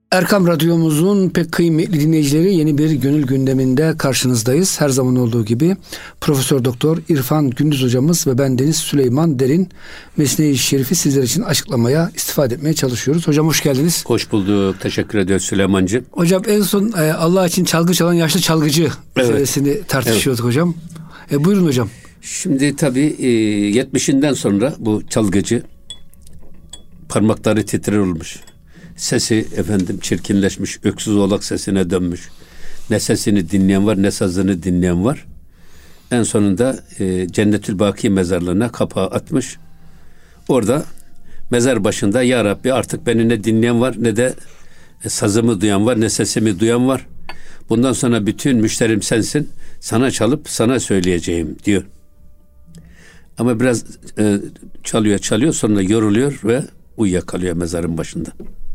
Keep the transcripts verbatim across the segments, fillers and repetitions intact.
Erkam Radyomuzun pek kıymetli dinleyicileri, yeni bir gönül gündeminde karşınızdayız. Her zaman olduğu gibi Profesör Doktor İrfan Gündüz hocamız ve ben Deniz Süleyman Derin Mesnevi Şerif'i sizler için açıklamaya, istifade etmeye çalışıyoruz. Hocam hoş geldiniz. Hoş bulduk. Teşekkür ediyoruz Süleymancığım. Hocam en son e, Allah için çalgı çalan yaşlı çalgıcı evet. meselesini tartışıyorduk evet. hocam. E, buyurun hocam. Şimdi tabii e, yetmişinden sonra bu çalgıcı parmakları titrer olmuş. Sesi efendim çirkinleşmiş, öksüz oğlak sesine dönmüş. Ne sesini dinleyen var, ne sazını dinleyen var. En sonunda e, Cennetül Baki mezarlığına kapağı atmış. Orada mezar başında ya Rabbi artık beni ne dinleyen var, ne de e, sazımı duyan var, ne sesimi duyan var. Bundan sonra bütün müşterim sensin, sana çalıp sana söyleyeceğim diyor. Ama biraz e, çalıyor çalıyor, sonra yoruluyor ve uyuyakalıyor mezarın başında.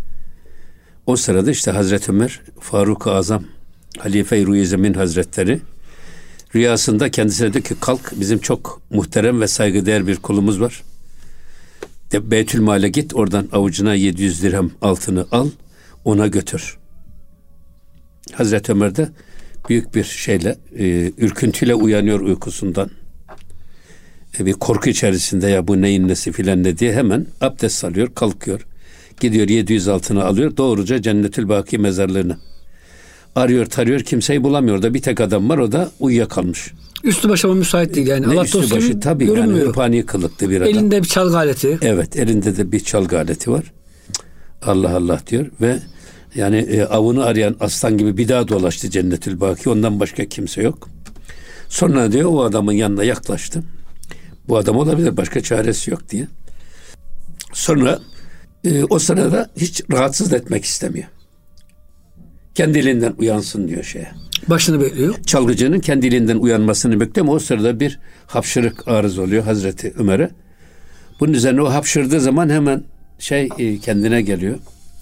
O sırada işte Hazreti Ömer Faruk-ı Azam Halife-i Ruh-i Zemin Hazretleri rüyasında kendisine diyor ki kalk, bizim çok muhterem ve saygıdeğer bir kulumuz var. De, Beytülmal'e git, oradan avucuna yedi yüz dirhem altını al, ona götür. Hazreti Ömer de büyük bir şeyle e, ürküntüyle uyanıyor uykusundan. E, bir korku içerisinde, ya bu neyin nesi filan ne diye hemen abdest alıyor, kalkıyor. Gidiyor yedi yüz altını alıyor, doğruca Cennetül Baki mezarlığına. Arıyor tarıyor, kimseyi bulamıyor da bir tek adam var, o da uyuyakalmış. Üstü başı ama müsait değil yani. Ne Allah üstü başı tabii görünmüyor. Yani hırpani kılıklı bir adam. Elinde bir çalgı aleti. Evet, elinde de bir çalgı aleti var. Allah Allah diyor ve yani e, avını arayan aslan gibi bir daha dolaştı Cennetül Baki, ondan başka kimse yok. Sonra diyor o adamın yanına yaklaştı. Bu adam olabilir, başka çaresi yok diye. Sonra e, o sırada hiç rahatsız etmek istemiyor. Kendiliğinden uyansın diyor şeye. Başını bekliyor. Çalgıcının kendiliğinden uyanmasını bekliyor ama o sırada bir hapşırık arız oluyor Hazreti Ömer'e. Bunun üzerine o hapşırdığı zaman hemen şey e, kendine geliyor.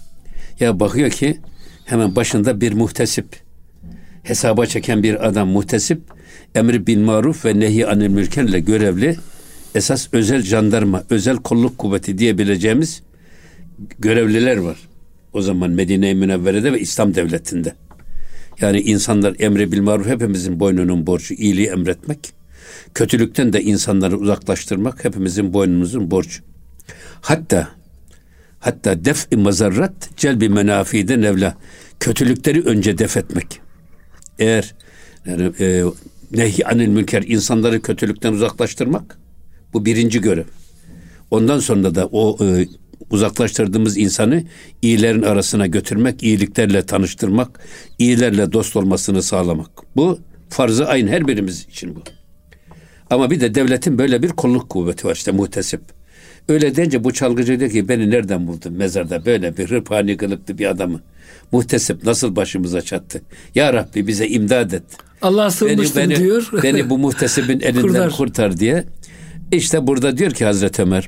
Ya bakıyor ki hemen başında bir muhtesip, hesaba çeken bir adam, muhtesip, emri bil maruf ve nehi anil münkerle görevli, esas özel jandarma, özel kolluk kuvveti diyebileceğimiz görevliler var. O zaman Medine-i Münevvere'de ve İslam devletinde. Yani insanlar, emri bil maruf hepimizin boynunun borcu, iyiliği emretmek. Kötülükten de insanları uzaklaştırmak hepimizin boynumuzun borcu. Hatta hatta def-i mazarrat celbi menafide nevla. Kötülükleri önce def etmek. Eğer yani e, nehy anil münker, insanları kötülükten uzaklaştırmak, bu birinci görev. Ondan sonra da o e, uzaklaştırdığımız insanı iyilerin arasına götürmek, iyiliklerle tanıştırmak, iyilerle dost olmasını sağlamak. Bu farz-ı ayn, her birimiz için bu. Ama bir de devletin böyle bir kolluk kuvveti var, işte muhtesip. Öyle deyince bu çalgıcı diyor ki beni nereden buldun mezarda böyle bir hırpani kılıklı bir adamı? Muhtesip nasıl başımıza çattı? Ya Rabbi bize imdad et. Allah'a sığınmıştım beni, diyor. Beni bu muhtesibin elinden kurtar. kurtar diye. İşte burada diyor ki Hazreti Ömer,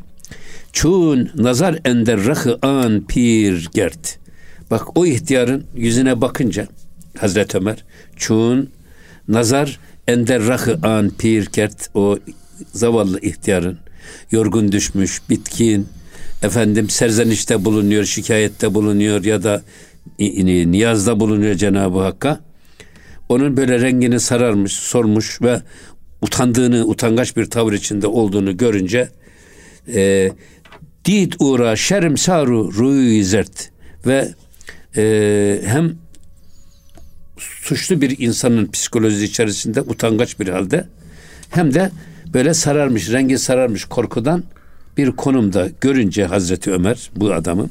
çun nazar ender rakı an pir gert. Bak o ihtiyarın yüzüne bakınca Hazreti Ömer, çun nazar ender rakı an pir gert, o zavallı ihtiyarın yorgun düşmüş, bitkin, efendim serzenişte bulunuyor, şikayette bulunuyor ya da niyazda bulunuyor Cenab-ı Hakk'a. Onun böyle rengini sararmış, sormuş ve utandığını, utangaç bir tavır içinde olduğunu görünce e, did uğra şerm saru ruy zert ve e, hem suçlu bir insanın psikolojisi içerisinde utangaç bir halde, hem de böyle sararmış, rengi sararmış korkudan bir konumda görünce Hazreti Ömer bu adamı,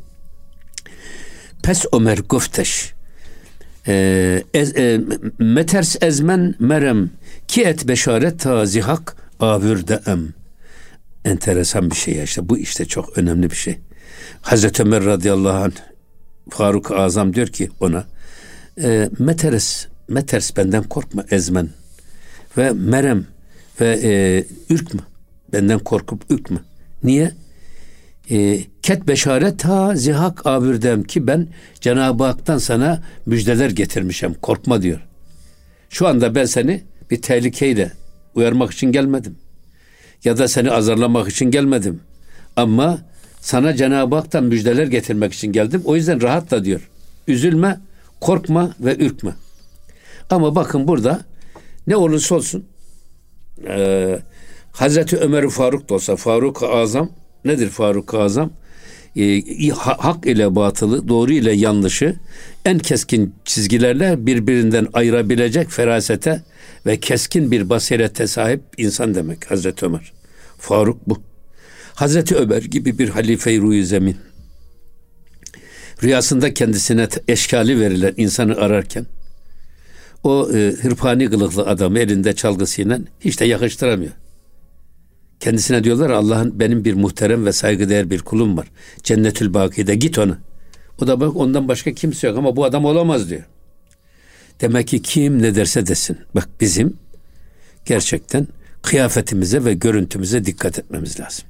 pes Ömer gufteş e, ez, e, meters ezmen merem ki et beşaret tazihak avürde em. Enteresan bir şey ya, işte bu işte çok önemli bir şey. Hazreti Ömer radıyallahu anh Faruk-ı Azam diyor ki ona, e, meteres meters benden korkma ezmen ve merem ve e, ürkme, benden korkup ürkme. Niye? E, ket beşaret ha zihak avürdem, ki ben Cenab-ı Hak'tan sana müjdeler getirmişim, korkma diyor. Şu anda ben seni bir tehlikeyle uyarmak için gelmedim. Ya da seni azarlamak için gelmedim. Ama sana Cenab-ı Hak'tan müjdeler getirmek için geldim. O yüzden rahatla diyor. Üzülme, korkma ve ürkme. Ama bakın burada ne olursa olsun e, Hazreti Ömer Faruk da olsa, Faruk-ı Azam nedir Faruk-ı Azam? E, hak ile batılı, doğru ile yanlışı en keskin çizgilerle birbirinden ayırabilecek ferasete ve keskin bir basirete sahip insan demek Hazreti Ömer. Faruk bu. Hazreti Ömer gibi bir halife-i ruh-i zemin, rüyasında kendisine eşkali verilen insanı ararken o e, hırpani kılıklı adamı elinde çalgısıyla hiç de yakıştıramıyor. Kendisine diyorlar Allah'ın benim bir muhterem ve saygıdeğer bir kulum var. Cennetül Baki'de git ona. O da bak ondan başka kimse yok ama bu adam olamaz diyor. Demek ki kim ne derse desin. Bak bizim gerçekten kıyafetimize ve görüntümüze dikkat etmemiz lazım.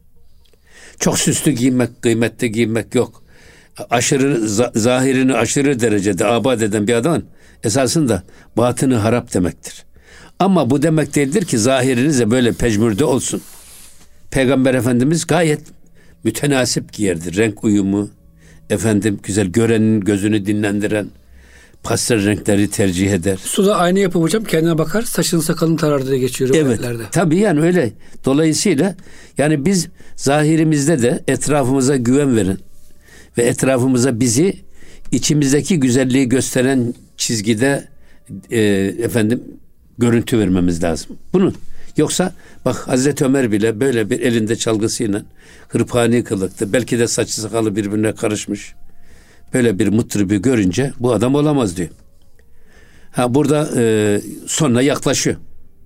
Çok süslü giyinmek, kıymetli giyinmek yok. Aşırı zahirini aşırı derecede abad eden bir adam esasında batını harap demektir. Ama bu demek değildir ki zahiriniz de böyle pejmürde olsun. Peygamber Efendimiz gayet mütenasip giyerdi. Renk uyumu, efendim güzel, görenin gözünü dinlendiren pastel renkleri tercih eder. Suda ayna yapıp hocam kendine bakar, saçını sakalını tarar diye geçiyor rivayetlerde. Evet, tabii yani öyle. Dolayısıyla yani biz zahirimizde de etrafımıza güven veren ve etrafımıza bizi içimizdeki güzelliği gösteren çizgide e, efendim görüntü vermemiz lazım. Bunun yoksa bak Hazreti Ömer bile böyle bir elinde çalgısıyla hırpani kılıklı, belki de saçı sakalı birbirine karışmış. Böyle bir mutribi görünce bu adam olamaz diyor. Ha burada e, sonuna yaklaşıyor.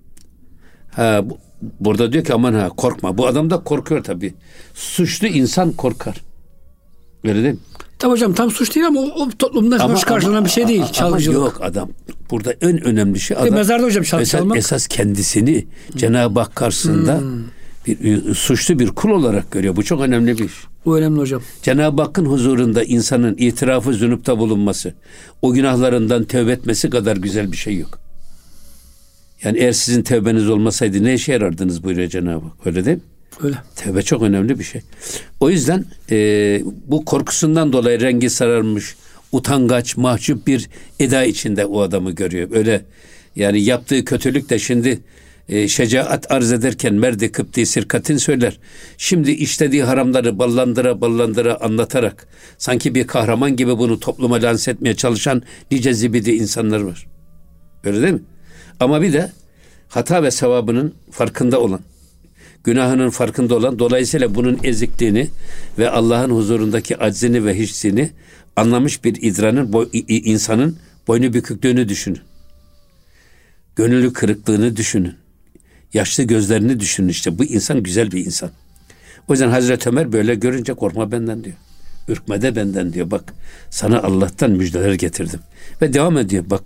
Ha bu, burada diyor ki aman ha korkma. Bu adam da korkuyor tabii. Suçlu insan korkar. Öyle değil mi? Tabii hocam tam suç değil ama o, o toplumda ama, karşılanan ama, bir şey değil. Çalgıcılık. Yok adam. Burada en önemli şey adam. E, mezarda hocam çalgı esas, çalmak. Esas kendisini hmm. Cenab-ı Hak karşısında hmm. bir suçlu bir kul olarak görüyor. Bu çok önemli bir iş. Bu önemli hocam. Cenab-ı Hakk'ın huzurunda insanın itirafı zünupta bulunması, o günahlarından tövbe etmesi kadar güzel bir şey yok. Yani eğer sizin tövbeniz olmasaydı ne işe yarardınız buyuruyor Cenab-ı Hak. Öyle değil mi? Öyle. Tövbe çok önemli bir şey. O yüzden e, bu korkusundan dolayı rengi sararmış, utangaç, mahcup bir eda içinde o adamı görüyor. Öyle yani yaptığı kötülük de şimdi e, şecaat arz ederken merdi kıpti sirkatin söyler. Şimdi işlediği haramları ballandıra ballandıra anlatarak sanki bir kahraman gibi bunu topluma lanse etmeye çalışan nice zibidi insanlar var. Öyle değil mi? Ama bir de hata ve sevabının farkında olan, günahının farkında olan, dolayısıyla bunun ezikliğini ve Allah'ın huzurundaki aczini ve hiçsini anlamış bir idranın, boy, insanın boynu büküklüğünü düşünün. Gönüllü kırıklığını düşünün. Yaşlı gözlerini düşünün. İşte bu insan güzel bir insan. O yüzden Hazreti Ömer böyle görünce korkma benden diyor. Ürkme de benden diyor. Bak sana Allah'tan müjdeler getirdim. Ve devam ediyor bak.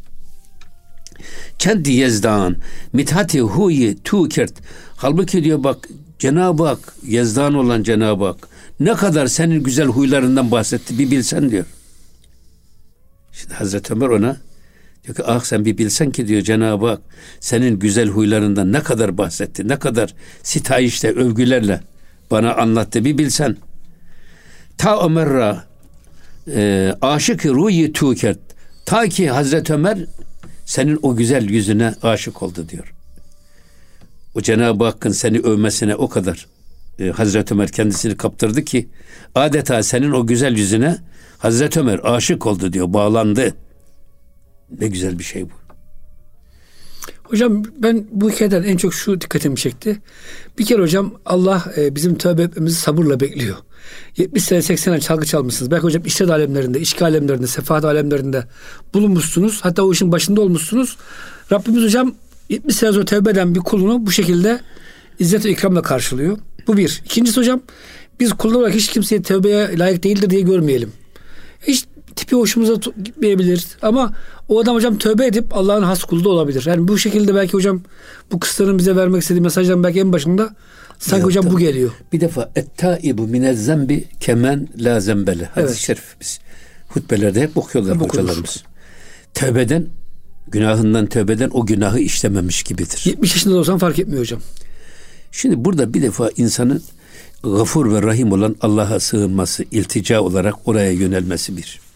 Kendi Yezdan mithati huyi tukert. Halbuki diyor bak Cenab-ı Hak, Yezdan olan Cenab-ı Hak ne kadar senin güzel huylarından bahsetti bir bilsen diyor. Şimdi Hazreti Ömer ona diyor ki ah sen bir bilsen ki diyor Cenab-ı Hak senin güzel huylarından ne kadar bahsetti, ne kadar sitayişle, övgülerle bana anlattı bir bilsen. Ta Ömer'a e, aşık ruyi tukert. Ta ki Hazreti Ömer senin o güzel yüzüne aşık oldu diyor. O Cenab-ı Hakk'ın seni övmesine o kadar e, Hazreti Ömer kendisini kaptırdı ki adeta senin o güzel yüzüne Hazreti Ömer aşık oldu diyor, bağlandı. Ne güzel bir şey bu. Hocam ben bu hikayeden en çok şu dikkatimi çekti. Bir kere hocam Allah e, bizim tövbe etmemizi sabırla bekliyor. yetmiş sene seksen sene çalgı çalmışsınız. Belki hocam işlet alemlerinde, işgal alemlerinde, sefahat alemlerinde bulunmuşsunuz. Hatta o işin başında olmuşsunuz. Rabbimiz hocam yetmiş sene sonra tövbe eden bir kulunu bu şekilde izzet ve ikramla karşılıyor. Bu bir. İkincisi hocam biz kullar olarak hiç kimseyi tövbeye layık değildir diye görmeyelim. Hiç tipi hoşumuza gitmeyebilir ama o adam hocam tövbe edip Allah'ın has kulu da olabilir. Yani bu şekilde belki hocam bu kıssanın bize vermek istediği mesajdan belki en başında sanki ya, hocam tabii. Bu geliyor. Bir defa et-taibu minez-zembi kemen la zembele. Hadis-i evet. Şerif biz hutbelerde hep okuyorlar hep hocalarımız. Tövbeden, günahından tövbeden o günahı işlememiş gibidir. yetmiş yaşında da olsan fark etmiyor hocam. Şimdi burada bir defa insanın Gafur ve Rahim olan Allah'a sığınması, iltica olarak oraya yönelmesi bir.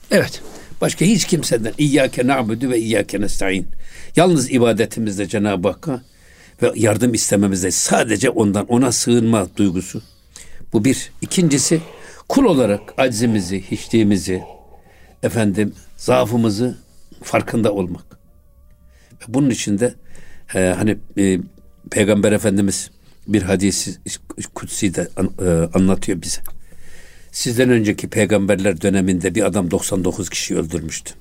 Evet. Başka hiç kimseden. İyyâke na'budu ve iyyâke nestaîn. Yalnız ibadetimizde Cenab-ı Hakk'a ve yardım istememizde sadece ondan, ona sığınma duygusu. Bu bir. İkincisi, kul olarak aczimizi, hiçliğimizi, efendim zaafımızı farkında olmak. Bunun için de e, hani e, Peygamber Efendimiz bir hadisi kutsi de an, e, anlatıyor bize. Sizden önceki peygamberler döneminde bir adam doksan dokuz kişi öldürmüştü.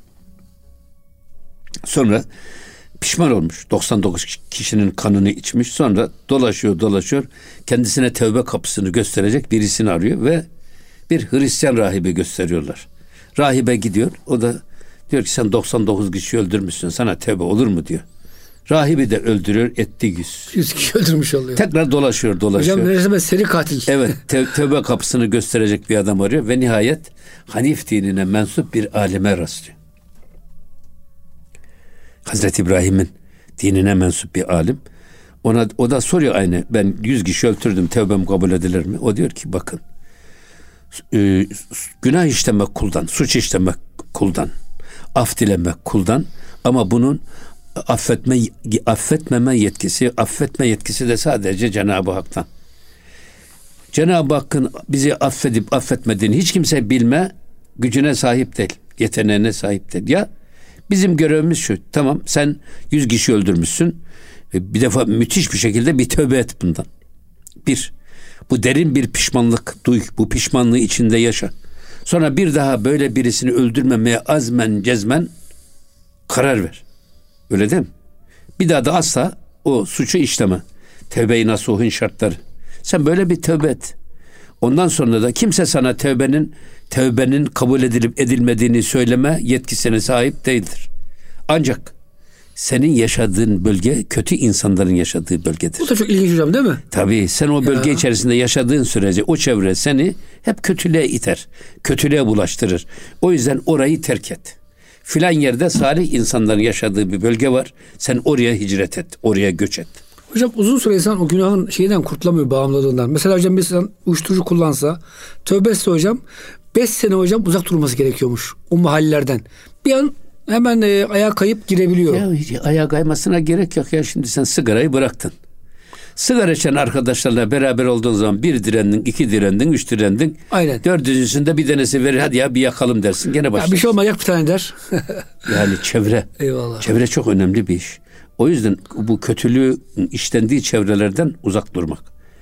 Sonra pişman olmuş. doksan dokuz kişinin kanını içmiş. Sonra dolaşıyor dolaşıyor. Kendisine tövbe kapısını gösterecek birisini arıyor ve bir Hristiyan rahibe gösteriyorlar. Rahibe gidiyor. O da diyor ki sen doksan dokuz kişi öldürmüşsün. Sana tövbe olur mu diyor. Rahibi de öldürüyor. Etti yüz. yüz kişi öldürmüş oluyor. Tekrar dolaşıyor dolaşıyor. Hocam resmen seri katil. Evet. Tev- tövbe kapısını gösterecek bir adam arıyor. Ve nihayet Hanif dinine mensup bir alime rastlıyor. Hazreti İbrahim'in dinine mensup bir alim. Ona, o da soruyor aynı. Ben yüz kişi öldürdüm. Tevbem kabul edilir mi? O diyor ki bakın. E, günah işlemek kuldan. Suç işlemek kuldan. Af dilemek kuldan. Ama bunun affetme affetmeme yetkisi, affetme yetkisi de sadece Cenab-ı Hak'tan. Cenab-ı Hakk'ın bizi affedip affetmediğini hiç kimse bilme gücüne sahip değil. Yeteneğine sahip değil. Ya bizim görevimiz şu. Tamam sen yüz kişi öldürmüşsün. Bir defa müthiş bir şekilde bir tövbe et bundan. Bir, bu derin bir pişmanlık duy. Bu pişmanlığı içinde yaşa. Sonra bir daha böyle birisini öldürmemeye azmen cezmen karar ver. Öyle değil mi? Bir daha da asla o suçu işleme. Tevbe-i nasuhun şartları. Sen böyle bir tövbe et. Ondan sonra da kimse sana tövbenin tövbenin kabul edilip edilmediğini söyleme yetkisine sahip değildir. Ancak senin yaşadığın bölge kötü insanların yaşadığı bölgedir. Bu da çok ilginç hocam değil mi? Tabii sen o bölge ya. içerisinde yaşadığın sürece o çevre seni hep kötülüğe iter. Kötülüğe bulaştırır. O yüzden orayı terk et. Filan yerde salih insanların yaşadığı bir bölge var. Sen oraya hicret et. Oraya göç et. Hocam uzun süre insan o günahın şeyden kurtulamıyor, bağımlılığından. Mesela hocam bir insan uyuşturucu kullansa, tövbe etse hocam beş sene hocam uzak durması gerekiyormuş o mahallelerden. Bir an hemen e, ayağa kayıp girebiliyor. Ya hiç ayağa kaymasına gerek yok ya. Şimdi sen sigarayı bıraktın. Sigara içen arkadaşlarla beraber olduğun zaman bir direndin, iki direndin, üç direndin. Aynen. Dördüncüsünde bir tanesi verir, hadi ya bir yakalım dersin. Gene başlarsın. Ya bir şey olmayacak bir tane der. Yani çevre. Eyvallah. Çevre çok önemli bir iş. O yüzden bu kötülüğü işlendiği çevrelerden uzak durmak.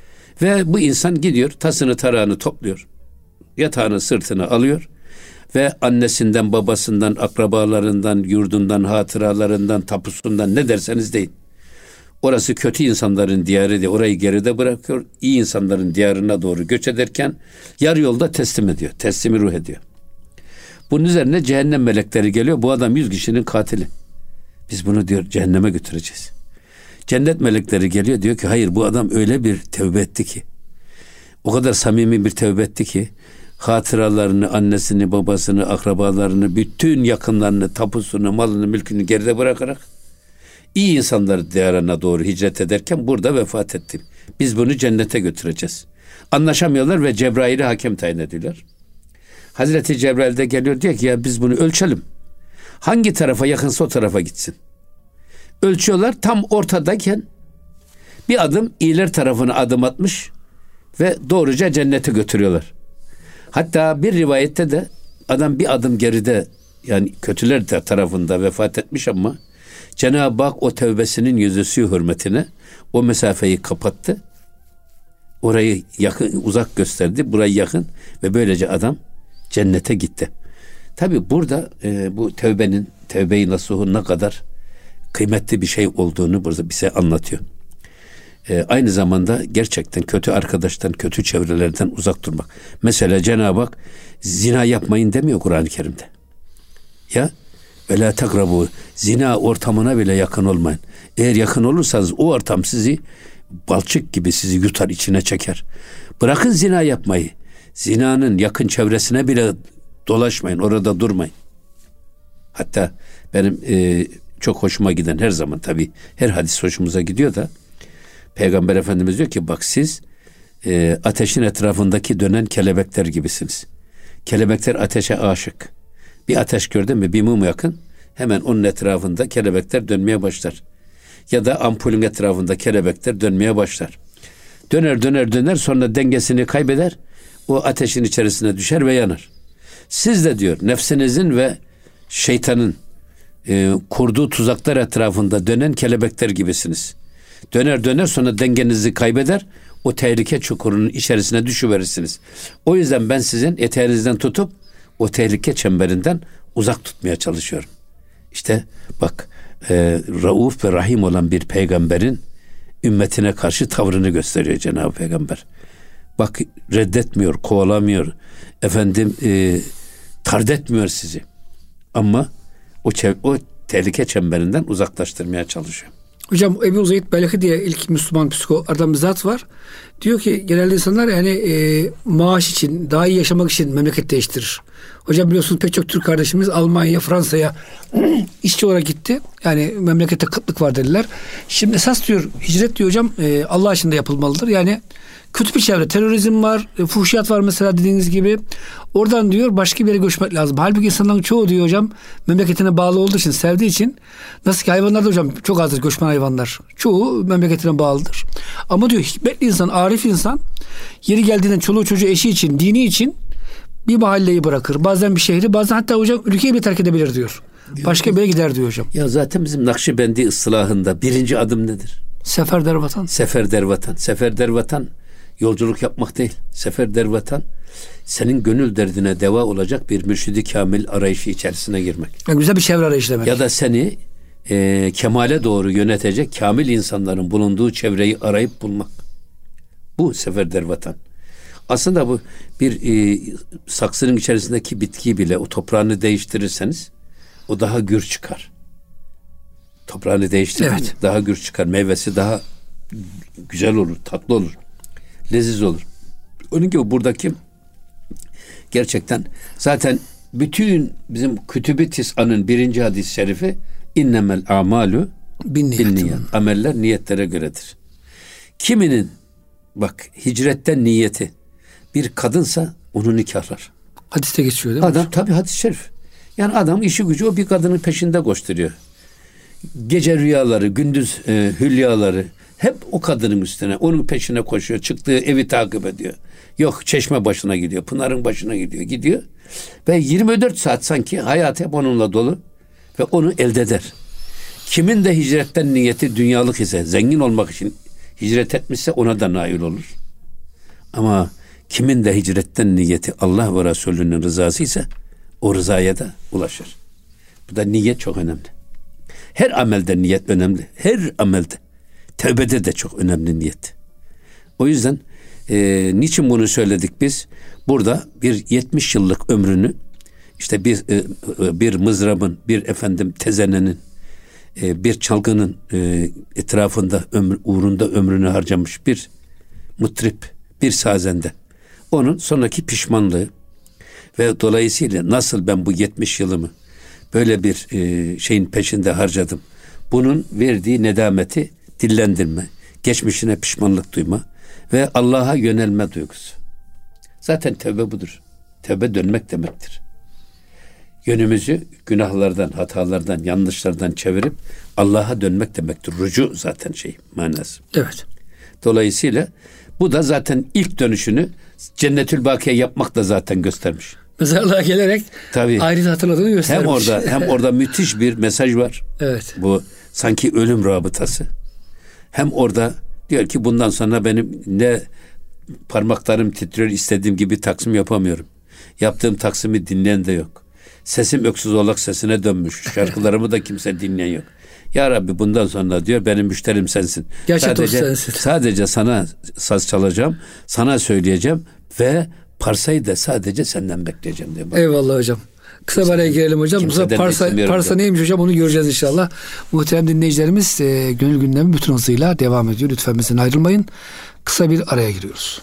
Ve bu insan gidiyor, tasını tarağını topluyor. Yatağını sırtına alıyor. Ve annesinden, babasından, akrabalarından, yurdundan, hatıralarından, tapusundan ne derseniz deyin. Orası kötü insanların diyarı diye orayı geride bırakıyor. İyi insanların diyarına doğru göç ederken yarı yolda teslim ediyor. Teslimi ruh ediyor. Bunun üzerine cehennem melekleri geliyor. Bu adam yüz kişinin katili. Biz bunu diyor cehenneme götüreceğiz. Cennet melekleri geliyor diyor ki hayır bu adam öyle bir tevbe etti ki. O kadar samimi bir tevbe etti ki hatıralarını, annesini, babasını, akrabalarını, bütün yakınlarını, tapusunu, malını, mülkünü geride bırakarak iyi insanlar diyarına doğru hicret ederken burada vefat etti. Biz bunu cennete götüreceğiz. Anlaşamıyorlar ve Cebrail'i hakem tayin ediyorlar. Hazreti Cebrail de geliyor diyor ki ya biz bunu ölçelim. Hangi tarafa yakınsa o tarafa gitsin. Ölçüyorlar tam ortadayken bir adım iyiler tarafına adım atmış ve doğruca cennete götürüyorlar. Hatta bir rivayette de adam bir adım geride yani kötüler tarafında vefat etmiş ama Cenab-ı Hak o tevbesinin yüzüsü hürmetine o mesafeyi kapattı. Orayı yakın, uzak gösterdi. Burayı yakın ve böylece adam cennete gitti. Tabi burada e, bu tevbenin, tevbe-i nasuhun ne kadar kıymetli bir şey olduğunu burada bize anlatıyor. E, aynı zamanda gerçekten kötü arkadaştan, kötü çevrelerden uzak durmak. Mesela Cenab-ı Hak zina yapmayın demiyor Kur'an-ı Kerim'de. Ya ve la takrabu zina ortamına bile yakın olmayın. Eğer yakın olursanız o ortam sizi balçık gibi sizi yutar içine çeker. Bırakın zina yapmayı. Zinanın yakın çevresine bile dolaşmayın. Orada durmayın. Hatta benim e, çok hoşuma giden her zaman tabii her hadis hoşumuza gidiyor da Peygamber Efendimiz diyor ki bak siz e, ateşin etrafındaki dönen kelebekler gibisiniz. Kelebekler ateşe aşık. Bir ateş gördün mü, bir mum yakın, hemen onun etrafında kelebekler dönmeye başlar. Ya da ampulün etrafında kelebekler dönmeye başlar. Döner döner döner, sonra dengesini kaybeder. O ateşin içerisine düşer ve yanar. Siz de diyor nefsinizin ve şeytanın e, kurduğu tuzaklar etrafında dönen kelebekler gibisiniz. Döner döner, sonra dengenizi kaybeder. O tehlike çukurunun içerisine düşüverirsiniz. O yüzden ben sizin eteğinizden tutup o tehlike çemberinden uzak tutmaya çalışıyorum. İşte bak, e, Rauf ve Rahim olan bir peygamberin ümmetine karşı tavrını gösteriyor Cenab-ı Peygamber. Bak, reddetmiyor, kovalamıyor, efendim e, tard etmiyor sizi. Ama o, çev- o tehlike çemberinden uzaklaştırmaya çalışıyor. Hocam Ebu Zeyd Belhi diye ilk Müslüman psikologlardan bir zat var. Diyor ki genelde insanlar yani e, maaş için, daha iyi yaşamak için memleket değiştirir. Hocam biliyorsunuz pek çok Türk kardeşimiz Almanya, Fransa'ya işçi olarak gitti. Yani memlekette kıtlık var dediler. Şimdi esas diyor hicret diyor hocam e, Allah aşkına yapılmalıdır. Yani kötü bir çevre, terörizm var, e, fuhşiyat var mesela dediğiniz gibi. Oradan diyor başka bir yere göçmek lazım. Halbuki insanların çoğu diyor hocam memleketine bağlı olduğu için, sevdiği için, nasıl ki hayvanlarda hocam çok azdır göçmen hayvanlar. Çoğu memleketine bağlıdır. Ama diyor hikmetli insan, arif insan yeri geldiğinde çoluğu çocuğu eşi için, dini için bir mahalleyi bırakır. Bazen bir şehri, bazen hatta hocam ülkeyi bile terk edebilir diyor. Başka bir yere gider diyor hocam. Ya zaten bizim Nakşibendi ıslahında birinci adım nedir? Sefer der vatan. Sefer der vatan. Sefer der vatan yolculuk yapmak değil. Sefer der vatan senin gönül derdine deva olacak bir mürşidi kamil arayışı içerisine girmek. Yani güzel bir çevre arayışı demek. Ya da seni e, kemale doğru yönetecek kamil insanların bulunduğu çevreyi arayıp bulmak. Bu sefer der vatan. Aslında bu bir e, saksının içerisindeki bitkiyi bile o toprağını değiştirirseniz o daha gür çıkar. Toprağını değiştirir, evet, daha gür çıkar. Meyvesi daha güzel olur, tatlı olur, leziz olur. Onun gibi buradaki gerçekten zaten bütün bizim Kütüb-i Tis'anın birinci hadis-i şerifi innemel amalu bin niyet. Ameller niyetlere göredir. Kiminin bak hicretten niyeti bir kadınsa onu nikahlar. Hadiste geçiyor değil mi? Adam tabii hadis-i şerif. Yani adam işi gücü o bir kadının peşinde koşturuyor. Gece rüyaları, gündüz e, hülyaları hep o kadının üstüne, onun peşine koşuyor. Çıktığı evi takip ediyor. Yok çeşme başına gidiyor, pınarın başına gidiyor, gidiyor. Ve yirmi dört saat sanki hayat hep onunla dolu ve onu elde eder. Kimin de hicretten niyeti dünyalık ise, zengin olmak için hicret etmişse ona da nail olur. Ama kimin de hicretten niyeti Allah ve Resulünün rızası ise o rızaya da ulaşır. Bu da niyet çok önemli. Her amelde niyet önemli. Her amelde. Tevbede de çok önemli niyet. O yüzden e, niçin bunu söyledik biz? Burada bir yetmiş yıllık ömrünü işte bir e, bir mızrabın, bir efendim tezenenin, e, bir çalgının e, etrafında ömrü, uğrunda ömrünü harcamış bir mutrip, bir sazende. Onun sonraki pişmanlığı ve dolayısıyla nasıl ben bu yetmiş yılımı böyle bir e, şeyin peşinde harcadım. Bunun verdiği nedameti dillendirme, geçmişine pişmanlık duyma ve Allah'a yönelme duygusu. Zaten tevbe budur. Tevbe dönmek demektir. Yönümüzü günahlardan, hatalardan, yanlışlardan çevirip Allah'a dönmek demektir. Rucu zaten şey manası. Evet. Dolayısıyla bu da zaten ilk dönüşünü Cennetül Bakiye yapmak da zaten göstermiş. Mezarlığa gelerek tabii, ayrıca hatırladığını göstermiş. Hem orada hem orada müthiş bir mesaj var. Evet. Bu sanki ölüm rabıtası. Hem orada diyor ki bundan sonra benim ne parmaklarım titriyor, istediğim gibi taksim yapamıyorum. Yaptığım taksimi dinleyen de yok. Sesim öksüz oğlak sesine dönmüş. Şarkılarımı da kimse dinleyen yok. Ya Rabbi bundan sonra diyor benim müşterim sensin. Gerçek sadece, sensin. Sadece sana saz çalacağım, sana söyleyeceğim ve parsayı da sadece senden bekleyeceğim diyor. Eyvallah hocam. Kısa bir araya girelim hocam. Bu parsa, parsa neymiş hocam onu göreceğiz inşallah. Muhterem dinleyicilerimiz e, gönül gündemi bütün hızıyla devam ediyor. Lütfen bizden ayrılmayın. Kısa bir araya giriyoruz.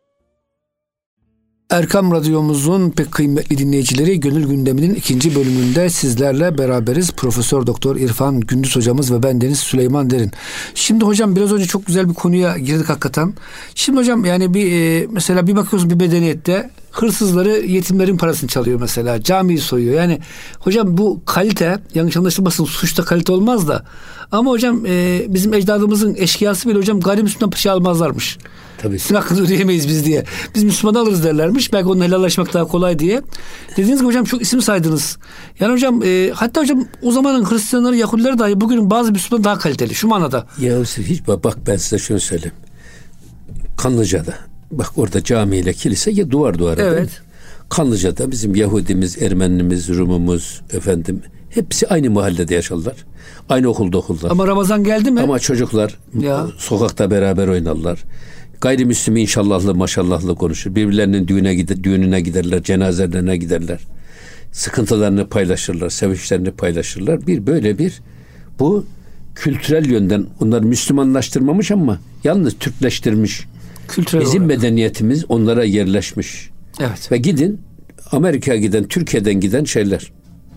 Erkam Radyomuzun pek kıymetli dinleyicileri, Gönül Gündemi'nin ikinci bölümünde sizlerle beraberiz. Profesör Doktor İrfan Gündüz hocamız ve bendeniz Süleyman Derin. Şimdi hocam biraz önce çok güzel bir konuya girdik hakikaten. Şimdi hocam yani bir e, mesela bir bakıyorsun bir medeniyette hırsızları yetimlerin parasını çalıyor mesela. Camiyi soyuyor. Yani hocam bu kalite, yanlış anlaşılmasın, suçta kalite olmaz da. Ama hocam e, bizim ecdadımızın eşkıyası bile hocam gayrimüslimden bir şey almazlarmış. Tabii. Sizin hakkınızı ödeyemeyiz biz diye. Biz Müslüman alırız derlermiş. Belki onunla helallaşmak daha kolay diye. Dediğiniz gibi hocam çok isim saydınız. Yani hocam e, hatta hocam o zamanın Hristiyanları, Yahudileri dahi bugünün bazı Müslüman daha kaliteli. Şu manada. Ya hiç bak, ben size şunu söyleyeyim. Kanlıca'da bak, orada camiyle kilise ya duvar duvara. Evet. Kanlıca'da bizim Yahudimiz, Ermenimiz, Rumumuz, efendim hepsi aynı mahallede yaşarlar. Aynı okulda okullar. Ama Ramazan geldi mi? Ama çocuklar ya. sokakta beraber oynarlar. Gayrimüslim inşallahlı maşallahlı konuşur. Birbirlerinin düğüne gider, düğününe giderler, cenazelerine giderler. Sıkıntılarını paylaşırlar, sevinçlerini paylaşırlar. Bir böyle bir bu kültürel yönden onları Müslümanlaştırmamış ama yalnız Türkleştirmiş. Kültürel Bizim olarak. medeniyetimiz onlara yerleşmiş. Evet. Ve gidin Amerika'ya giden, Türkiye'den giden şeyler.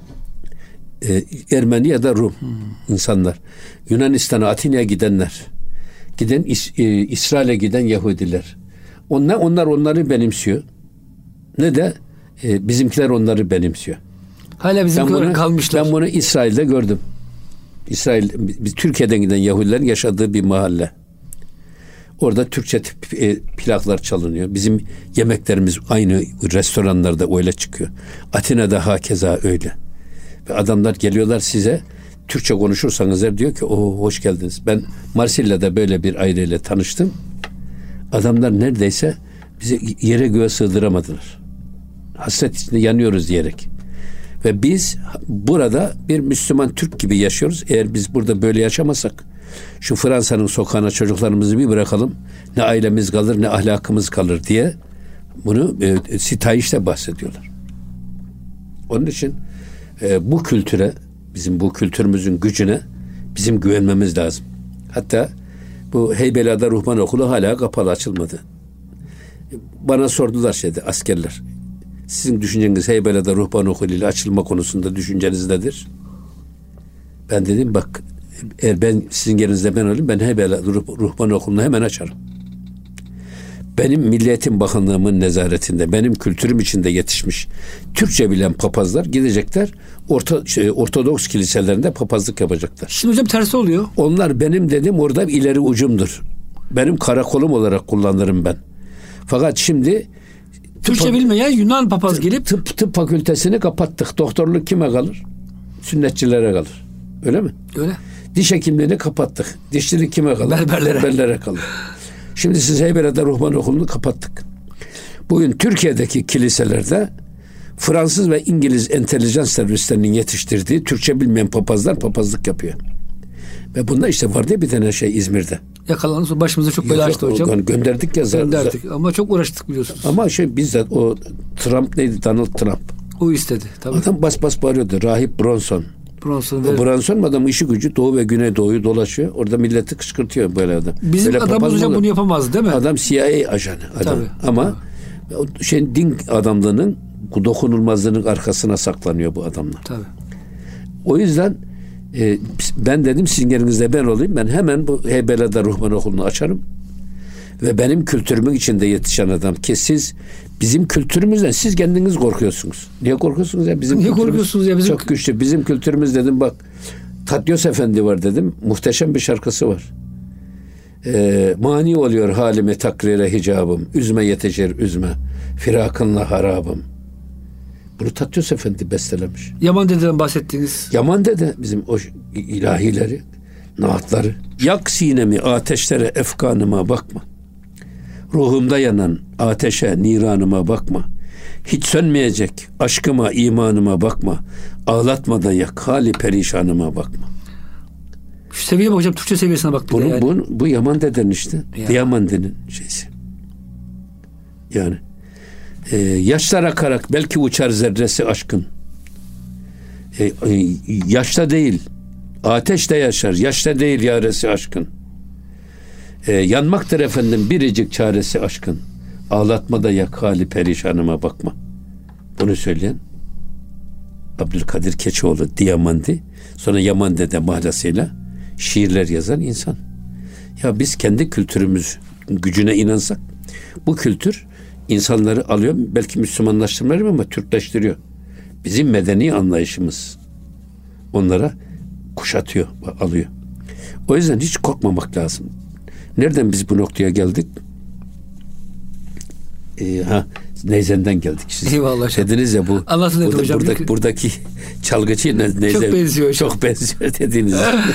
Ee, Ermeni ya da Rum hmm. insanlar. Yunanistan'a, Atina'ya gidenler. Giden İs- e, İsrail'e giden Yahudiler. Onlar, onlar onları benimsiyor. Ne de e, bizimkiler onları benimsiyor. Hala bizimkiler kalmışlar. Ben bunu İsrail'de gördüm. İsrail, biz Türkiye'den giden Yahudilerin yaşadığı bir mahalle. Orada Türkçe tip, e, plaklar çalınıyor. Bizim yemeklerimiz aynı restoranlarda öyle çıkıyor. Atina'da hakeza öyle. Ve adamlar geliyorlar size, Türkçe konuşursanız der, diyor ki o hoş geldiniz. Ben Marsilya'da böyle bir aileyle tanıştım. Adamlar neredeyse bizi yere göğe sığdıramadılar. Hasret içinde yanıyoruz diyerek. Ve biz burada bir Müslüman Türk gibi yaşıyoruz. Eğer biz burada böyle yaşamasak, şu Fransa'nın sokağına çocuklarımızı bir bırakalım, ne ailemiz kalır ne ahlakımız kalır diye bunu e, sitayişte bahsediyorlar. Onun için e, bu kültüre, bizim bu kültürümüzün gücüne bizim güvenmemiz lazım. Hatta bu Heybeliada Ruhban Okulu hala kapalı, açılmadı. Bana sordular şeyde askerler. Sizin düşünceniz Heybeliada Ruhban Okulu ile açılma konusunda düşünceniz nedir? Ben dedim bak, eğer ben sizin yerinizde ben olayım, ben Heybeliada Ruhban Okulu'nu hemen açarım. Benim Milli Eğitim Bakanlığımın nezaretinde, benim kültürüm içinde yetişmiş Türkçe bilen papazlar gidecekler, orta, şey, Ortodoks kiliselerinde papazlık yapacaklar. Şimdi hocam tersi oluyor. Onlar benim dedim orada ileri ucumdur. Benim karakolum olarak kullanırım ben. Fakat şimdi Türkçe tıp, bilmeyen Yunan papaz gelip tıp, tıp fakültesini kapattık. Doktorluk kime kalır? Sünnetçilere kalır. Öyle mi? Öyle. Diş hekimliğini kapattık. Dişçilik kime kalır? Berberlere. Berberlere kalır. Şimdi siz Heybeliada Ruhban Okulu'nu kapattık. Bugün Türkiye'deki kiliselerde Fransız ve İngiliz entelijans servislerinin yetiştirdiği Türkçe bilmeyen papazlar papazlık yapıyor. Ve bunda işte var diye bir tane şey İzmir'de. Yakalandı, başımıza çok bela açtı hocam. Gönderdik ya. Gönderdik ama çok uğraştık biliyorsunuz. Ama şey bizzat o Trump neydi? Donald Trump. O istedi. Tabii. Adam bas bas bağırıyordu. Rahip Bronson. Bronson. O Bronson adam işi gücü Doğu ve Güneydoğu'yu dolaşıyor. Orada milleti kışkırtıyor böyle adam. Bizim böyle adamımız hocam bunu yapamaz değil mi? Adam C I A ajanı. Adam. Tabii. Ama o şey din adamlığının, dokunulmazlığının arkasına saklanıyor bu adamlar. Tabii. O yüzden e, ben dedim sizin yerinizde ben olayım. Ben hemen bu Heybeliada Ruhban Okulu'nu açarım. Ve benim kültürümün içinde yetişen adam ki siz bizim kültürümüzden siz kendiniz korkuyorsunuz. Niye korkuyorsunuz ya? Bizim Niye korkuyorsunuz ya? Bizim çok güçlü. Bizim kültürümüz dedim bak. Tatyos Efendi var dedim. Muhteşem bir şarkısı var. Ee, mani oluyor halime takrire hicabım. Üzme yetecir üzme. Firakınla harabım. Bunu Tatyos Efendi bestelemiş. Yaman Dede'den bahsettiğiniz. Yaman Dede bizim o ilahileri, naatları. Yak sinemi ateşlere efkanıma bakma. Ruhumda yanan ateşe, niranıma bakma. Hiç sönmeyecek aşkıma, imanıma bakma. Ağlatma da yak hali perişanıma bakma. Şu seviyeye bak hocam, Türkçe seviyesine bak. Bunu, yani. bu, bu Yaman Dede'nin işte. Ya. Diyamandi'nin şeysi. Yani e, yaşlar akarak belki uçar zerresi aşkın. E, e, yaşta değil, ateşte yaşar. Yaşta değil yaresi aşkın. Ee, yanmaktır efendim biricik çaresi aşkın. Ağlatmada yak hali perişanıma bakma. Bunu söyleyen Abdülkadir Keçioğlu Diyamandi, sonra Yaman Dede mahlasıyla şiirler yazan insan. Ya biz kendi kültürümüz gücüne inansak, bu kültür insanları alıyor. Belki Müslümanlaştırmıyor ama Türkleştiriyor. Bizim medeni anlayışımız onlara kuşatıyor, alıyor. O yüzden hiç korkmamak lazım. Nereden biz bu noktaya geldik? Ee, ha Neyzen'den geldik. Siz Eyvallah. Dediniz ya bu Anlatın burada, hocam. buradaki, buradaki çalgıcı Neyzen çok benziyor. Çok benziyor dediniz.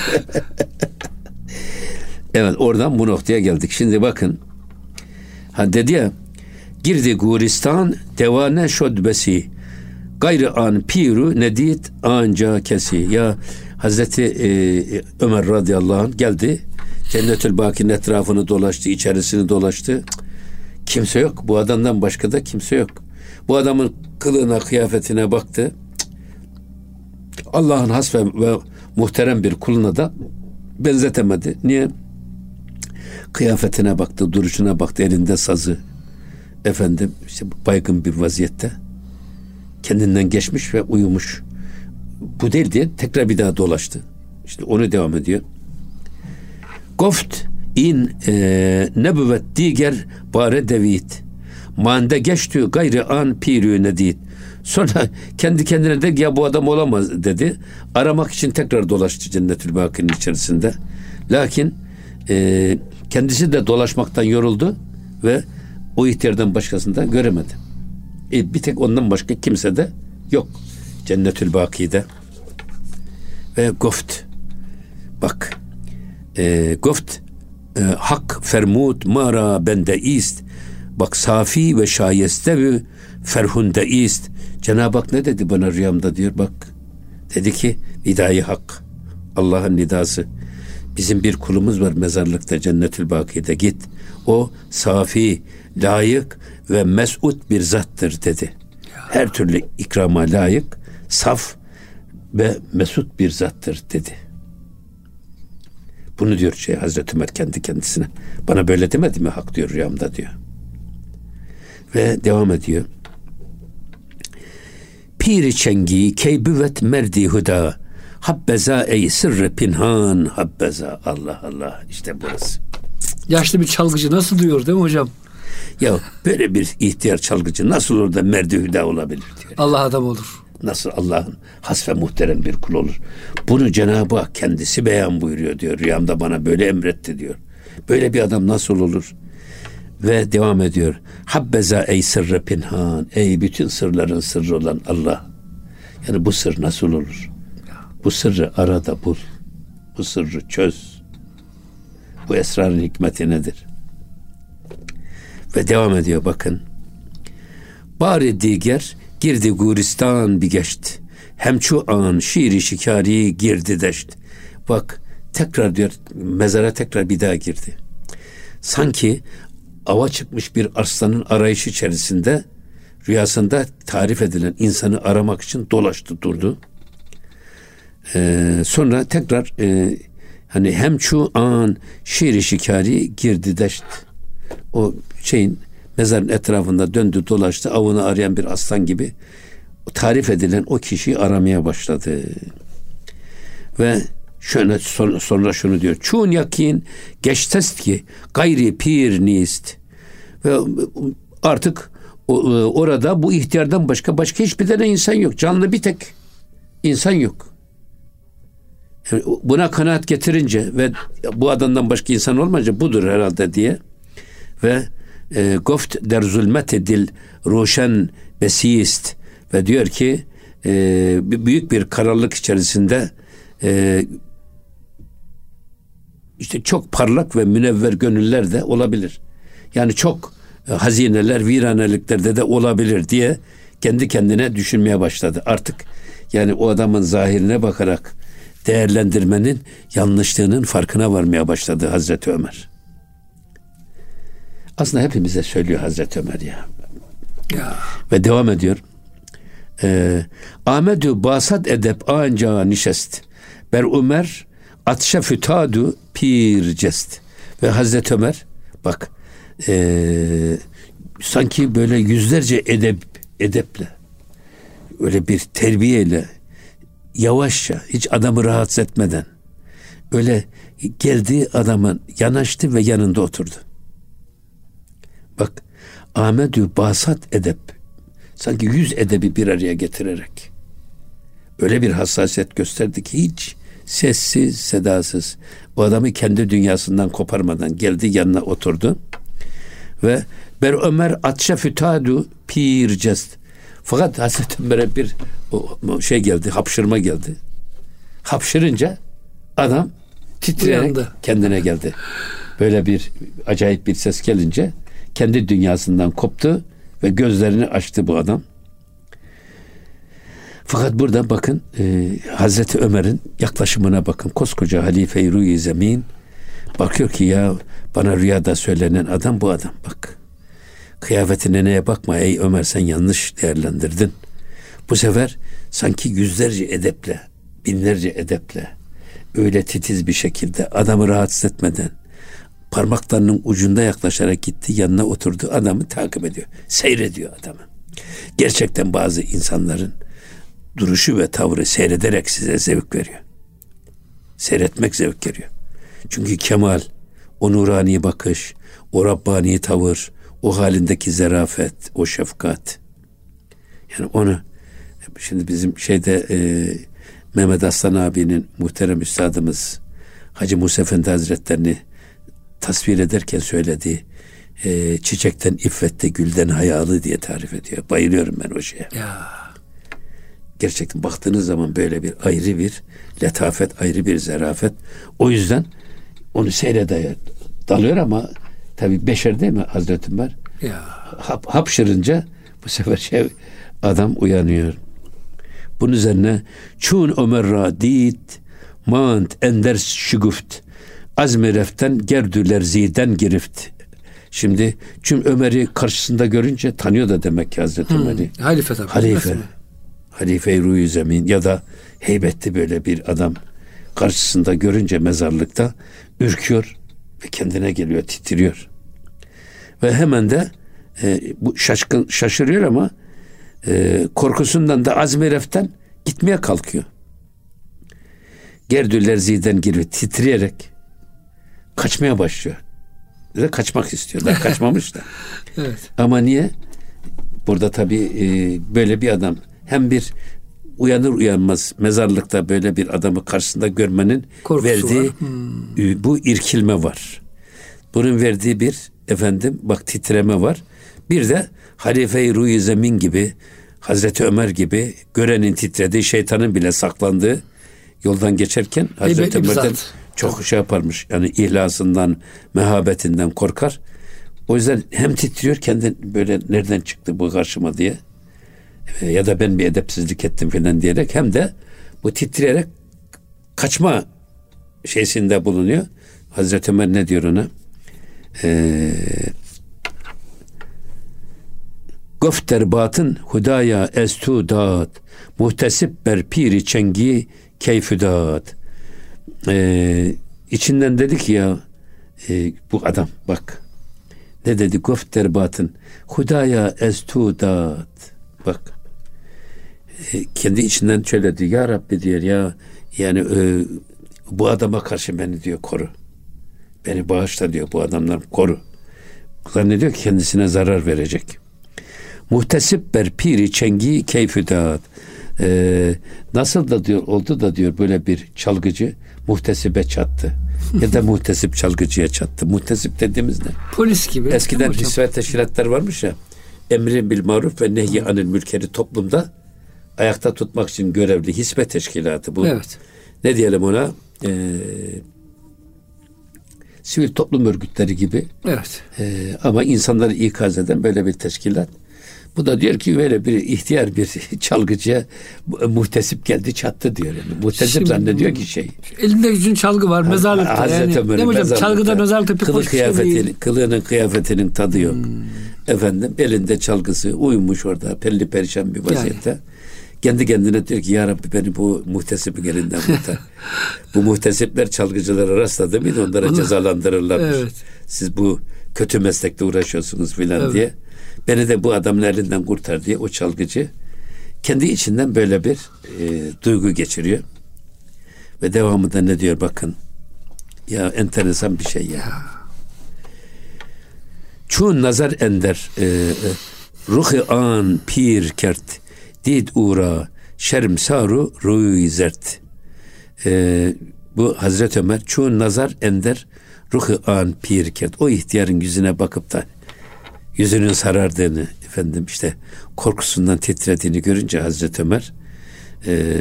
Evet, oradan bu noktaya geldik. Şimdi bakın. Ha dedi ya, girdi guristan devane şodbesi gayrı an piru nedit anca kesi. Ya Hazreti e, Ömer radıyallahu anh geldi. Cennetül Baki'nin etrafını dolaştı, içerisini dolaştı. Kimse yok. Bu adamdan başka da kimse yok. Bu adamın kılığına, kıyafetine baktı. Allah'ın has ve, ve muhterem bir kuluna da benzetemedi. Niye? Kıyafetine baktı, duruşuna baktı, elinde sazı. Efendim işte baygın bir vaziyette. Kendinden geçmiş ve uyumuş. Bu değil diye tekrar bir daha dolaştı. İşte onu devam ediyor. Goft in e, nebüvvet diger bare devit. Mande geçtü gayrı an pirü nedit. Sonra kendi kendine de ya bu adam olamaz dedi. Aramak için tekrar dolaştı Cennetül Baki'nin içerisinde. Lakin e, kendisi de dolaşmaktan yoruldu ve o ihtiyardan başkasını da göremedi. E, bir tek ondan başka kimse de yok Cennetül Baki'de. Ve goft, bak e, goft e, hak fermut mara bende ist, bak safi ve şayestevi ferhunde ist. Cenab-ı Hak ne dedi bana rüyamda diyor, bak dedi ki nidayı hak, Allah'ın nidası. Bizim bir kulumuz var mezarlıkta Cennetül Baki'de, git. O safi, layık ve mesut bir zattır dedi. Her türlü ikrama layık, saf ve mesut bir zattır dedi. Bunu diyor şey Hazreti Ömer kendi kendisine. Bana böyle demedi mi hak diyor rüyamda diyor. Ve devam ediyor. Piri çengi keybüvet merdi huda habbeza ey sırrı pinhan habbeza. Allah Allah, işte burası. Yaşlı bir çalgıcı nasıl duyuyor değil mi hocam? Ya böyle bir ihtiyar çalgıcı nasıl olur da merdi hüda olabilir diyor. Allah adam olur. Nasıl Allah'ın has ve muhterem bir kul olur. Bunu Cenab-ı Hak kendisi beyan buyuruyor diyor. Rüyamda bana böyle emretti diyor. Böyle bir adam nasıl olur? Ve devam ediyor. Habbeza ey sırrı pinhan. Ey bütün sırların sırrı olan Allah. Yani bu sır nasıl olur? Bu sırrı arada bul. Bu sırrı çöz. Bu esrarın hikmeti nedir? Ve devam ediyor bakın. Bari diger girdi guristan bir geçti. Hemçu an şiiri şikari girdi deşt. Bak tekrar diyor, mezara tekrar bir daha girdi. Sanki ava çıkmış bir arslanın arayışı içerisinde rüyasında tarif edilen insanı aramak için dolaştı durdu. Ee, sonra tekrar e, hani hemçu an şiiri şikari girdi deşt. O şeyin mezarın etrafında döndü dolaştı, avını arayan bir aslan gibi tarif edilen o kişiyi aramaya başladı. Ve şöyle sonra, sonra şunu diyor. Çun yakin geçtest ki gayri pir nist. Ve artık orada bu ihtiyardan başka başka hiçbir tane insan yok. Canlı bir tek insan yok. Yani buna kanaat getirince ve bu adamdan başka insan olmayınca budur herhalde diye ve e, goft der zulmete dil roşen besist ve diyor ki e, büyük bir karanlık içerisinde e, işte çok parlak ve münevver gönüller de olabilir. Yani çok e, hazineler, viraneliklerde de olabilir diye kendi kendine düşünmeye başladı. Artık yani o adamın zahirine bakarak değerlendirmenin yanlışlığının farkına varmaya başladı Hazreti Ömer. Aslında hepimize söylüyor Hazreti Ömer ya. ya. Ve devam ediyor. Ee, Ahmedü basat edep anca nişest. Ber Ömer atşe fütadu pir cest. Ve Hazreti Ömer bak ee, sanki böyle yüzlerce edep edeple öyle bir terbiyeyle yavaşça hiç adamı rahatsız etmeden öyle geldi adamın yanaştı ve yanında oturdu. Bak Ahmedü basat edep. Sanki yüz edebi bir araya getirerek öyle bir hassasiyet gösterdi ki hiç sessiz, sedasız o adamı kendi dünyasından koparmadan geldi, yanına oturdu ve ber Ömer atşa fütadu pir cest. Fakat Hazreti Ömer'e bir o, şey geldi, hapşırma geldi. Hapşırınca adam titreyerek uyandı, kendine geldi. Böyle bir acayip bir ses gelince kendi dünyasından koptu ve gözlerini açtı bu adam. Fakat burada bakın e, Hazreti Ömer'in yaklaşımına bakın. Koskoca halife-i ruh-i zemin bakıyor ki ya bana rüyada söylenen adam bu adam bak. Kıyafetine neye bakma ey Ömer, sen yanlış değerlendirdin. Bu sefer sanki yüzlerce edeple, binlerce edeple öyle titiz bir şekilde adamı rahatsız etmeden parmaklarının ucunda yaklaşarak gitti, yanına oturdu, adamı takip ediyor. Seyrediyor adamı. Gerçekten bazı insanların duruşu ve tavrı seyrederek size zevk veriyor. Seyretmek zevk veriyor. Çünkü kemal, o nurani bakış, o Rabbani tavır, o halindeki zarafet, o şefkat. Yani onu şimdi bizim şeyde e, Mehmet Aslan abinin muhterem üstadımız Hacı Musa Efendi Hazretlerini tasvir ederken söylediği e, çiçekten iffette, gülden hayalı diye tarif ediyor. Bayılıyorum ben o şeye. Ya. Gerçekten baktığınız zaman böyle bir ayrı bir letafet, ayrı bir zarafet. O yüzden onu seyrede dalıyor ama tabii beşer değil mi Hazreti Ömer? Ya. Hap, hapşırınca bu sefer şey adam uyanıyor. Bunun üzerine çun Ömer radit mant ender şüguft azmi reften gerdüler ziden girift. Şimdi çünkü Ömer'i karşısında görünce tanıyor da demek ki Hazreti hmm. Ömer'i. Halife tabii. Halife. Halife-i ruh-i zemin ya da heybetli böyle bir adam karşısında görünce mezarlıkta ürküyor ve kendine geliyor, titriyor. Ve hemen de e, bu şaşkın şaşırıyor ama e, korkusundan da azmi reften gitmeye kalkıyor. Gerdüller ziden giriyor, titreyerek kaçmaya başlıyor. Ve kaçmak istiyorlar. Kaçmamış da. Evet. Ama niye? Burada tabii e, böyle bir adam hem bir uyanır uyanmaz mezarlıkta böyle bir adamı karşısında görmenin korkusu verdiği hmm. bu irkilme var. Bunun verdiği bir efendim bak titreme var. Bir de halife-i ruh-i zemin gibi Hazreti Ömer gibi görenin titrediği, şeytanın bile saklandığı yoldan geçerken Hazreti Ömer'den zat. Çok şey yaparmış. Yani ihlasından, mehabetinden korkar. O yüzden hem titriyor kendi böyle nereden çıktı bu karşıma diye ya da ben bir edepsizlik ettim falan diyerek hem de bu titreyerek kaçma şeysinde bulunuyor. Hazreti Ömer ne diyor ona? Eee Gofter batın hudaya estudat muhtesip ber piri çengi keyfüdat. Ee, içinden dedi ki ya e, bu adam bak ne dedi? Gofter batın hudaya estudat. Bak e, kendi içinden şöyle diyor, ya Rabbi diyor ya yani e, bu adama karşı beni diyor koru, beni bağışla diyor, bu adamlar koru. Zannediyor ki kendisine zarar verecek. Muhtesip ber piri çengi keyfüdat. Ee, nasıl da diyor oldu da diyor böyle bir çalgıcı muhtesibe çattı ya da muhtesip çalgıcıya çattı. Muhtesip dediğimiz ne? Polis gibi. Eskiden hisve teşkilatlar varmış ya, emri bil maruf ve nehy anil mülkeri toplumda ayakta tutmak için görevli hisbe teşkilatı bu. Evet. Ne diyelim ona? Ee, sivil toplum örgütleri gibi. Evet. Ee, ama insanları ikaz eden böyle bir teşkilat. Bu da diyor ki böyle bir ihtiyar bir çalgıcıya muhtesip geldi çattı diyor. Yani. Muhtesip şimdi, zannediyor ki şey. Elinde gücün çalgı var mezarlıkta. Hazreti yani, Ömer'in mezarlıkta. Çalgıda mezarlıkta pek Kılı kıyafetinin, kılığının kıyafetinin tadı yok. Hmm. Efendim elinde çalgısı uyumuş orada pelli perişan bir vaziyette. Yani. Kendi kendine diyor ki ya Rabbi beni bu muhtesibin elinden kurtar. Bu muhtesipler çalgıcılara rastladı mıydı onlara Allah. Cezalandırırlarmış. Evet. Siz bu kötü meslekte uğraşıyorsunuz filan evet. diye. Beni de bu adamın elinden kurtar diye o çalgıcı kendi içinden böyle bir e, duygu geçiriyor. Ve devamında ne diyor bakın. Ya enteresan bir şey ya. Çun nazar ender e, e, ruhi an pir kert did uğra şerm saru ruy zert. E, bu Hazreti Ömer çun nazar ender ruhi an pir kert. O ihtiyarın yüzüne bakıp da yüzünün sarardığını, efendim işte korkusundan titrediğini görünce Hazreti Ömer e,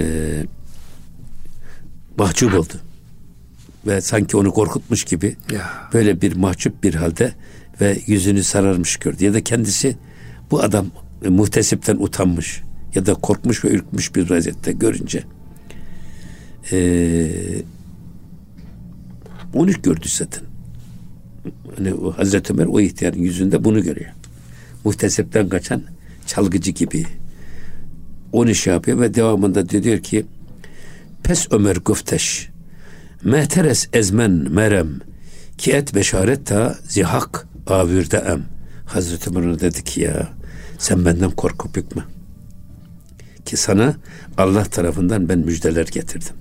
mahcup oldu. Ve sanki onu korkutmuş gibi ya. Böyle bir mahcup bir halde ve yüzünü sararmış gördü. Ya da kendisi bu adam e, muhtesipten utanmış ya da korkmuş ve ürkmüş bir vaziyette görünce e, onu gördü zaten. Hani o Hazreti Ömer o ihtiyarın yüzünde bunu görüyor. Muhtesipten kaçan çalgıcı gibi. Onu şey yapıyor ve devamında diyor ki pes Ömer güfteş mehteres ezmen merem ki et beşaret ta zihak avirde em. Hazreti Ömer dedi ki ya sen benden korkup bükme. Ki sana Allah tarafından ben müjdeler getirdim.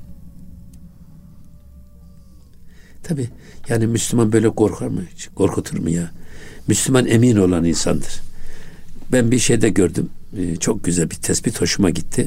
Tabi yani Müslüman böyle korkar mı? Korkutur mu ya? Müslüman emin olan insandır. Ben bir şeyde gördüm. Çok güzel bir tespit hoşuma gitti.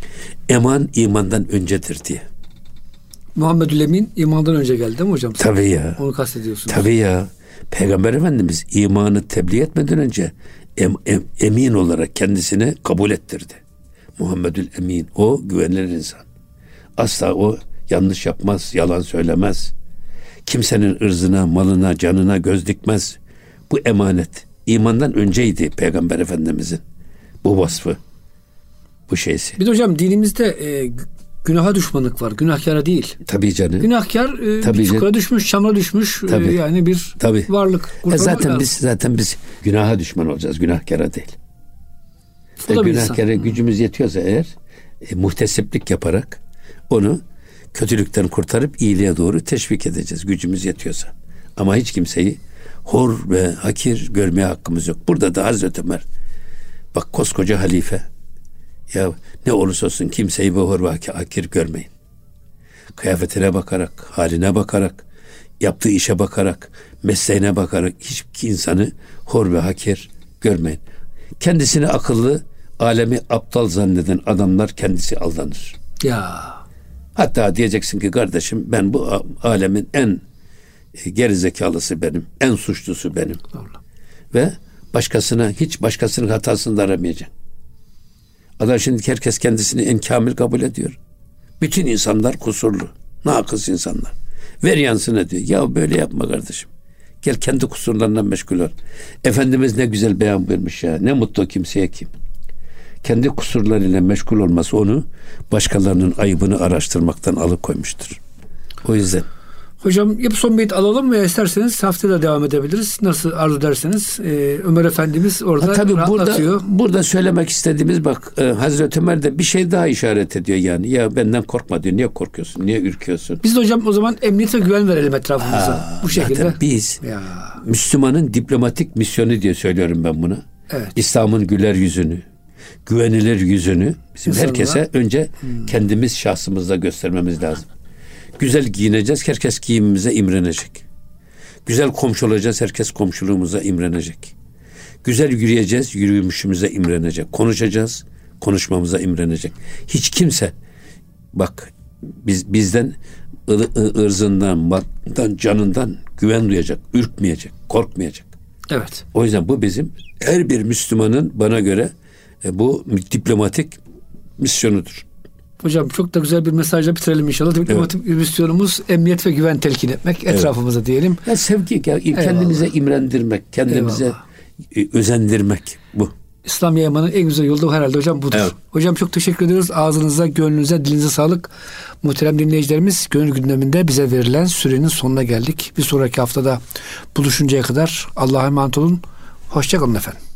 Eman imandan öncedir diye. Muhammedül Emin imandan önce geldi değil mi hocam? Tabii ya. Onu kastediyorsunuz. Tabii ya. Peygamber Efendimiz imanı tebliğ etmeden önce em, em, emin olarak kendisini kabul ettirdi. Muhammedül Emin. O güvenilir insan. Asla o yanlış yapmaz, yalan söylemez. Kimsenin ırzına, malına, canına göz dikmez. Bu emanet. İmandan önceydi Peygamber Efendimizin bu vasfı. Bu şeysi. Bir de hocam dinimizde e, günaha düşmanlık var. Günahkara değil. Tabii canım. Günahkar e, Tabii bir çukura canım. düşmüş, çamura düşmüş e, yani bir Tabii. varlık. E zaten biz zaten biz günaha düşman olacağız. Günahkara değil. E, günahkara gücümüz yetiyorsa eğer e, muhtesiplik yaparak onu kötülükten kurtarıp iyiliğe doğru teşvik edeceğiz. Gücümüz yetiyorsa. Ama hiç kimseyi hor ve hakir görmeye hakkımız yok. Burada da Hazreti Ömer bak koskoca halife ya ne olursa olsun kimseyi bu hor ve hakir görmeyin. Kıyafetine bakarak, haline bakarak, yaptığı işe bakarak, mesleğine bakarak hiçbir insanı hor ve hakir görmeyin. Kendisini akıllı, alemi aptal zanneden adamlar kendisi aldanır. Ya. Hatta diyeceksin ki kardeşim ben bu alemin en gerizekalısı benim, en suçlusu benim. Allah. Ve başkasına hiç başkasının hatasını da aramayacaksın. Adam şimdi herkes kendisini en kamil kabul ediyor. Bütün insanlar kusurlu, nakıs insanlar. Ver yansın diyor. Ya böyle yapma kardeşim. Gel kendi kusurlarından meşgul ol. Efendimiz ne güzel beyan vermiş ya. Ne mutlu kimseye kim. Kendi kusurlarıyla meşgul olması onu başkalarının ayıbını araştırmaktan alıkoymuştur. O yüzden. Hocam ya son beyit alalım veya isterseniz haftaya devam edebiliriz. Nasıl arzu ederseniz. Ee, Ömer Efendimiz orada ha, tabii rahatlatıyor. Burada, burada söylemek istediğimiz bak e, Hazreti Ömer de bir şey daha işaret ediyor yani. Ya benden korkma diyor. Niye korkuyorsun? Niye ürküyorsun? Biz de hocam o zaman emniyet ve güven verelim etrafımıza. Ha, bu şekilde. Biz ya. Müslümanın diplomatik misyonu diye söylüyorum ben buna. Evet. İslam'ın güler yüzünü, güvenilir yüzünü bizim İnsanlar. herkese önce hmm. kendimiz şahsımızda göstermemiz lazım. Güzel giyineceğiz, herkes giyimimize imrenecek. Güzel komşu olacağız, herkes komşuluğumuza imrenecek. Güzel yürüyeceğiz, yürüyüşümüze imrenecek. Konuşacağız, konuşmamıza imrenecek. Hiç kimse bak biz bizden ırzından, malından, canından güven duyacak, ürkmeyecek, korkmayacak. Evet. O yüzden bu bizim her bir Müslümanın bana göre bu diplomatik misyonudur. Hocam çok da güzel bir mesajla bitirelim inşallah. Diplomatik evet. misyonumuz emniyet ve güven telkin etmek evet. etrafımıza diyelim. Ya sevgi, ya, kendimize imrendirmek, kendimize Eyvallah. özendirmek bu. İslam yaymanın en güzel yolu herhalde hocam budur. Evet. Hocam çok teşekkür ediyoruz. Ağzınıza, gönlünüze, dilinize sağlık. Muhterem dinleyicilerimiz, gönül gündeminde bize verilen sürenin sonuna geldik. Bir sonraki haftada buluşuncaya kadar Allah'a emanet olun. Hoşça kalın efendim.